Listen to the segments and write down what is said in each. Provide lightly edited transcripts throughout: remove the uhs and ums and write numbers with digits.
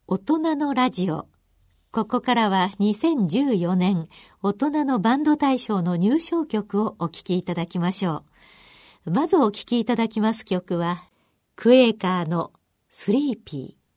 大人のラジオ。ここからは2014年大人のバンド大賞の入賞曲をお聴きいただきましょう。まずお聴きいただきます曲はクエーカーのスリーピー。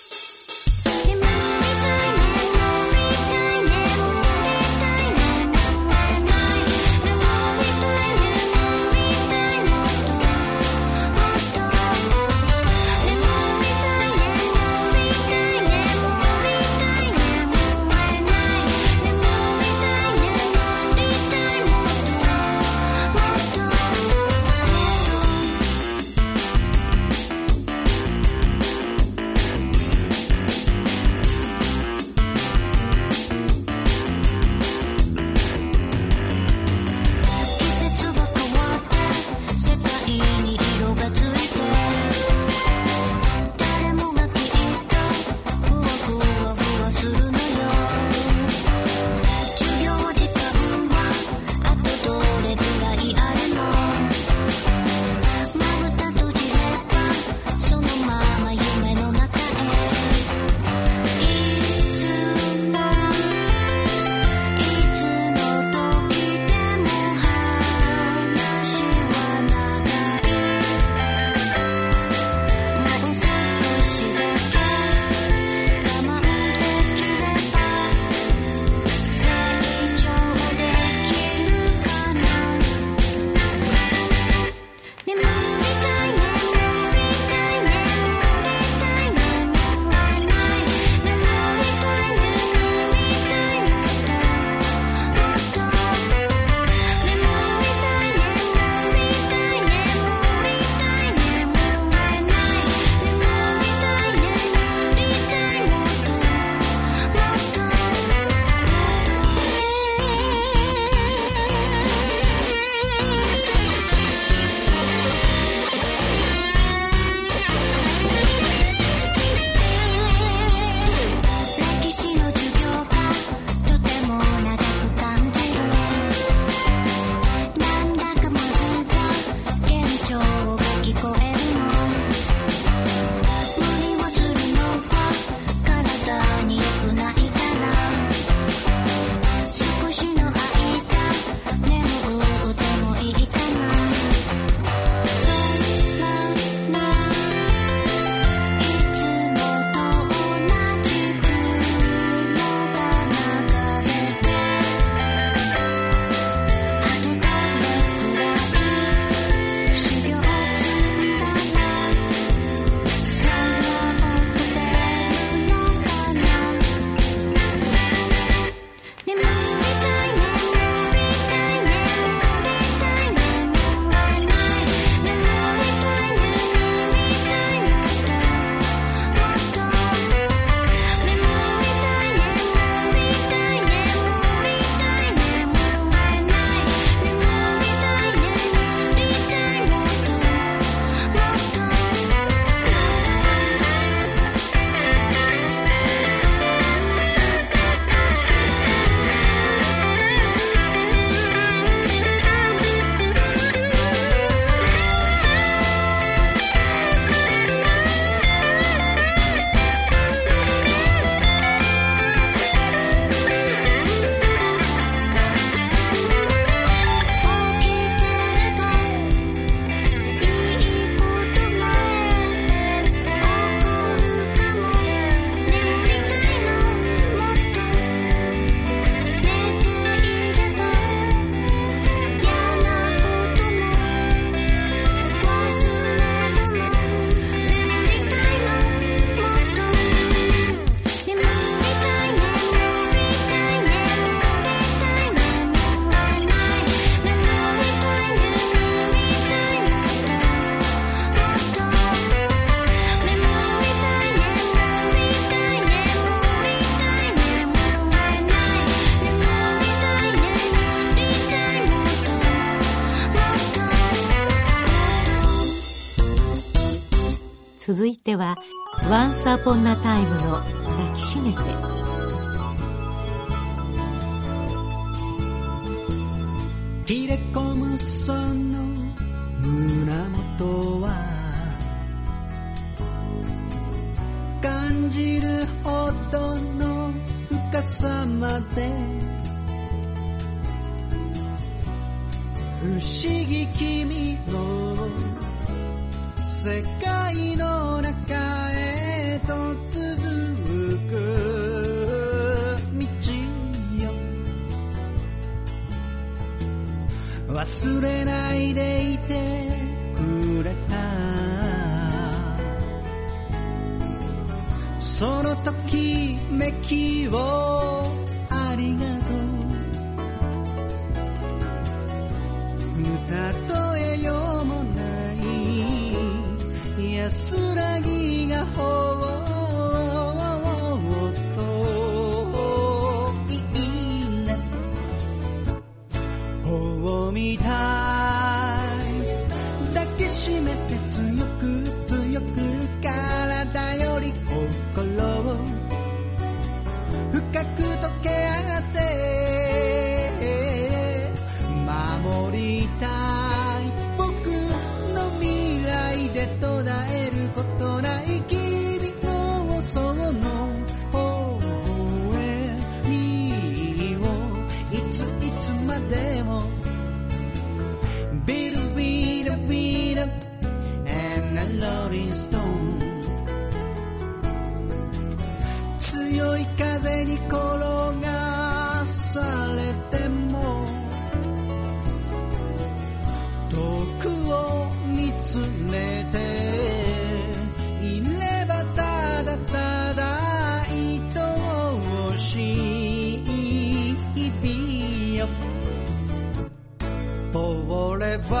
続いてはOnce Upon a Timeの抱きしめて。 切れ込むその胸元は感じるほ朝まで不思議君の世界の中へと続く道よ、忘れないでいてくれたそのときめきをありがとう、たとえようもない安らぎがほっといいね、ほうみたい抱きしめて強く強く体より心を深く溶け合って守りたい僕の未来で途絶えることない君のその微笑みをいついつまでもビルビルビル and a rolling stone、強い風に転がされても遠くを見つめていればただただ愛しい日々よ Forever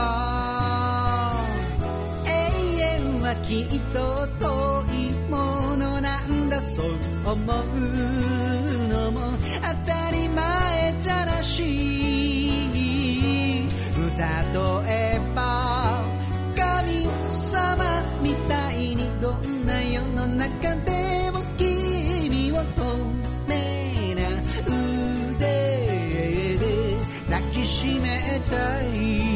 永遠はきっと遠いものなんだ、そう思うのも当たり前じゃなし、例えば神様みたいにどんな世の中でも君を透明な腕で抱きしめたい、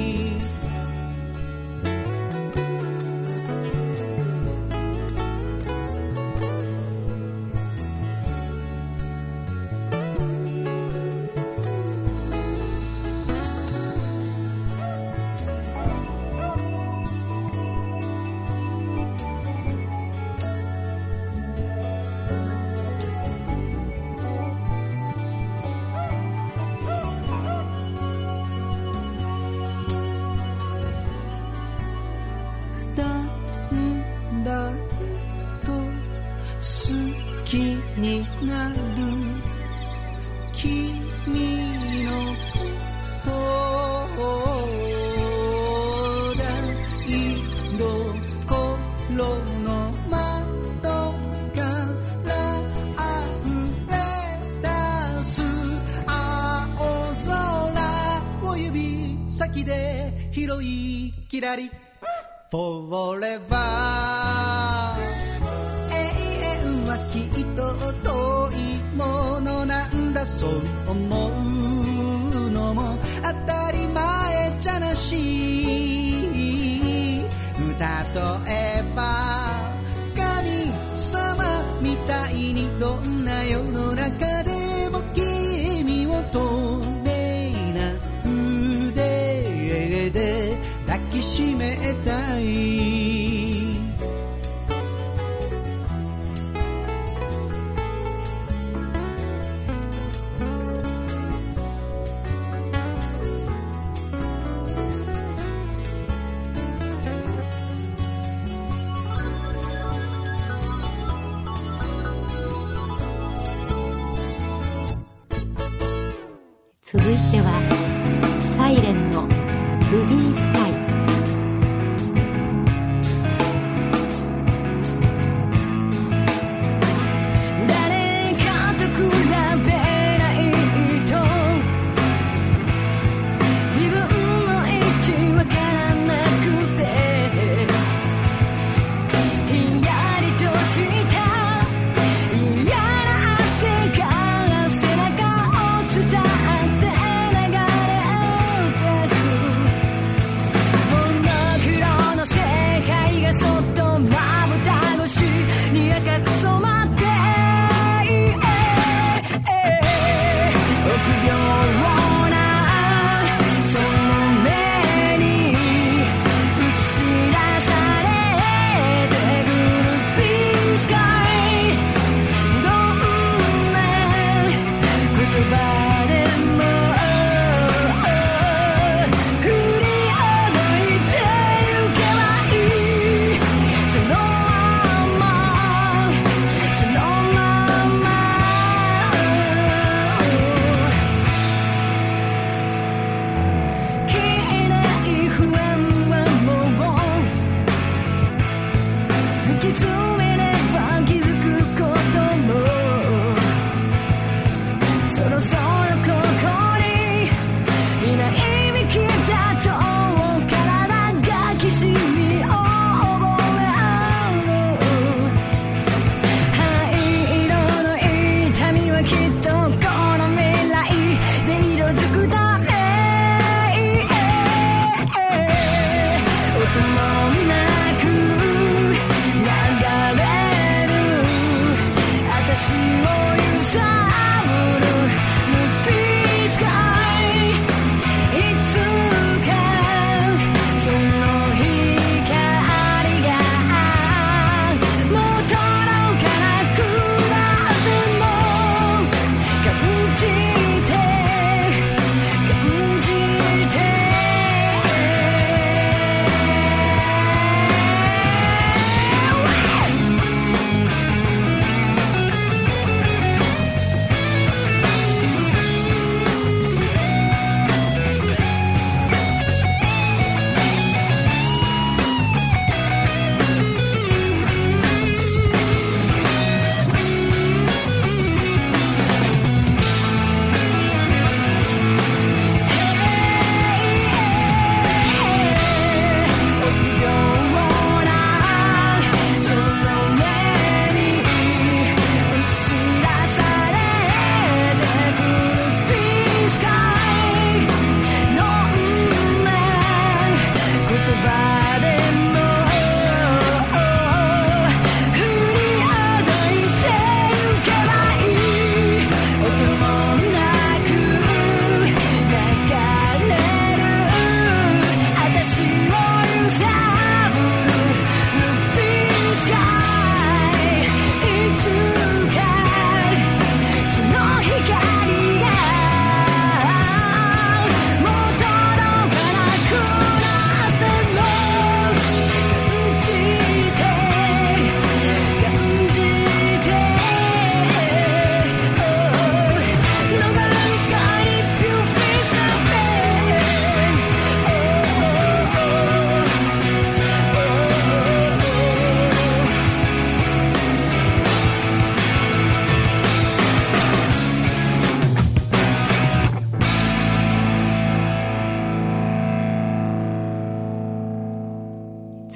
になる君のことだ、いどころの窓から溢れ出す青空を指先で拾いきらり Foreverきっと遠いものなんだ、そう思うのも当たり前じゃなし、例えば神様みたいにどんな世の中でも君を透明な腕で抱きしめたい、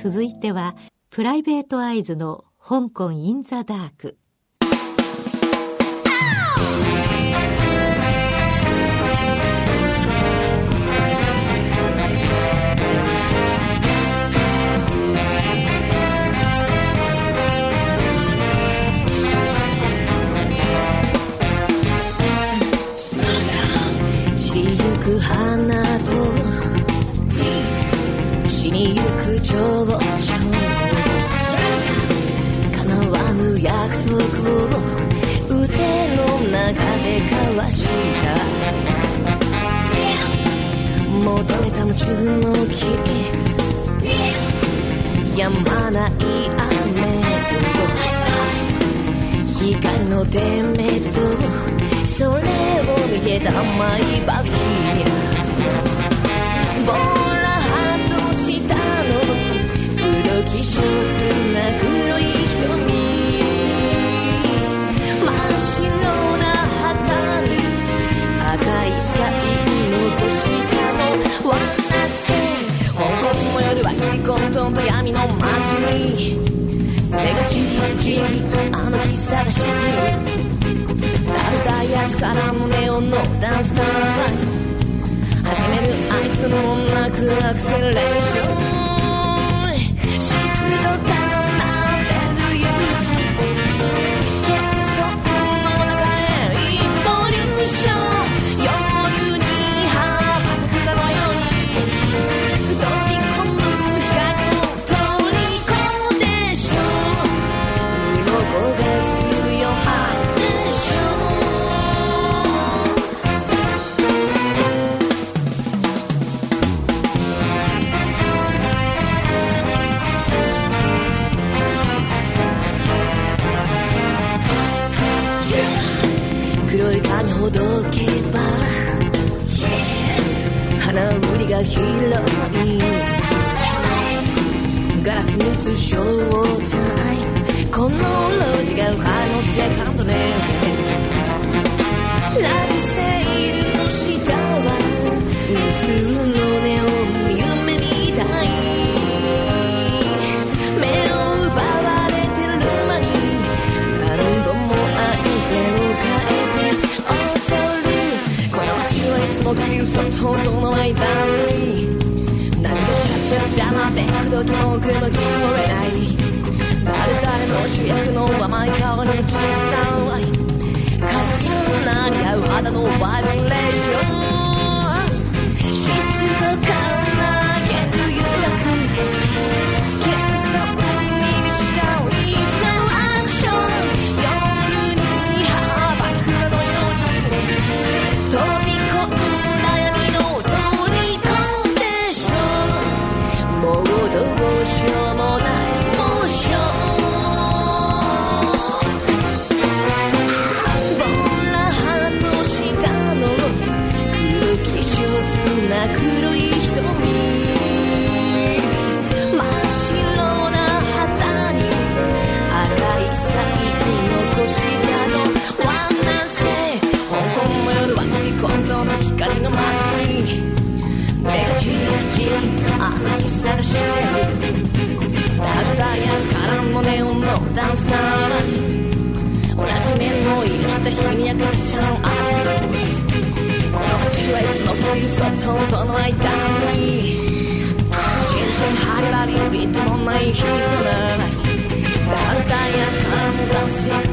続いてはプライベートアイズの香港インザダーク。 散りゆく花と死にゆく情緒、叶わぬ約束を腕の中で交わした、求めた夢中のキス、止まない雨と光の点滅と、それを見てたマイバフィーニャ、ボーラハットしたの黒きショーツな黒い瞳、真っ白な旗に赤いサイン残したの、ワンナセ香港の夜は切り込むとんと闇の街に目がチリチリあの日探してる、ダイヤから胸をのダンスタイム、始める合図もなくアクセレーション、湿度感なんてるユース、幻想の中へイボリューション、夜に羽ばたくかのように飛び込む光の虜でしょう、鱗がすよハイテンション、黒い髪ほどけば花売りが広い、ガラスに映ショータイム、この路地が浮かれのセカンドね、ラブセイルの下は無数のネオン夢みたい、目を奪われてる間に何度も相手を変えて踊る、この街はいつも切り嘘と音の間に何がチャチャ邪魔で口説きもくも聞こえない、誰の主役の甘い顔に散った愛、重なり合う肌のバイブレーション、湿度感なげる誘惑、幻想に満ちたウィークのアクション、夜に羽ばたくかのように飛び込む悩みの虜でしょう、もうどうしようもないモーション、黒い瞳、真っ白な旗に赤いサイン残したの、ワンナンセ香港の夜は切り込んだの光の街に目がチリチリあの日探してる、ダイヤからのネオンのダンサー、同じ面を色した日に焼けたしちゃうアーティスト、この街はいつも切り嘘と音の間に全然ハリバリリットもない日とならない、ダイヤからのダンス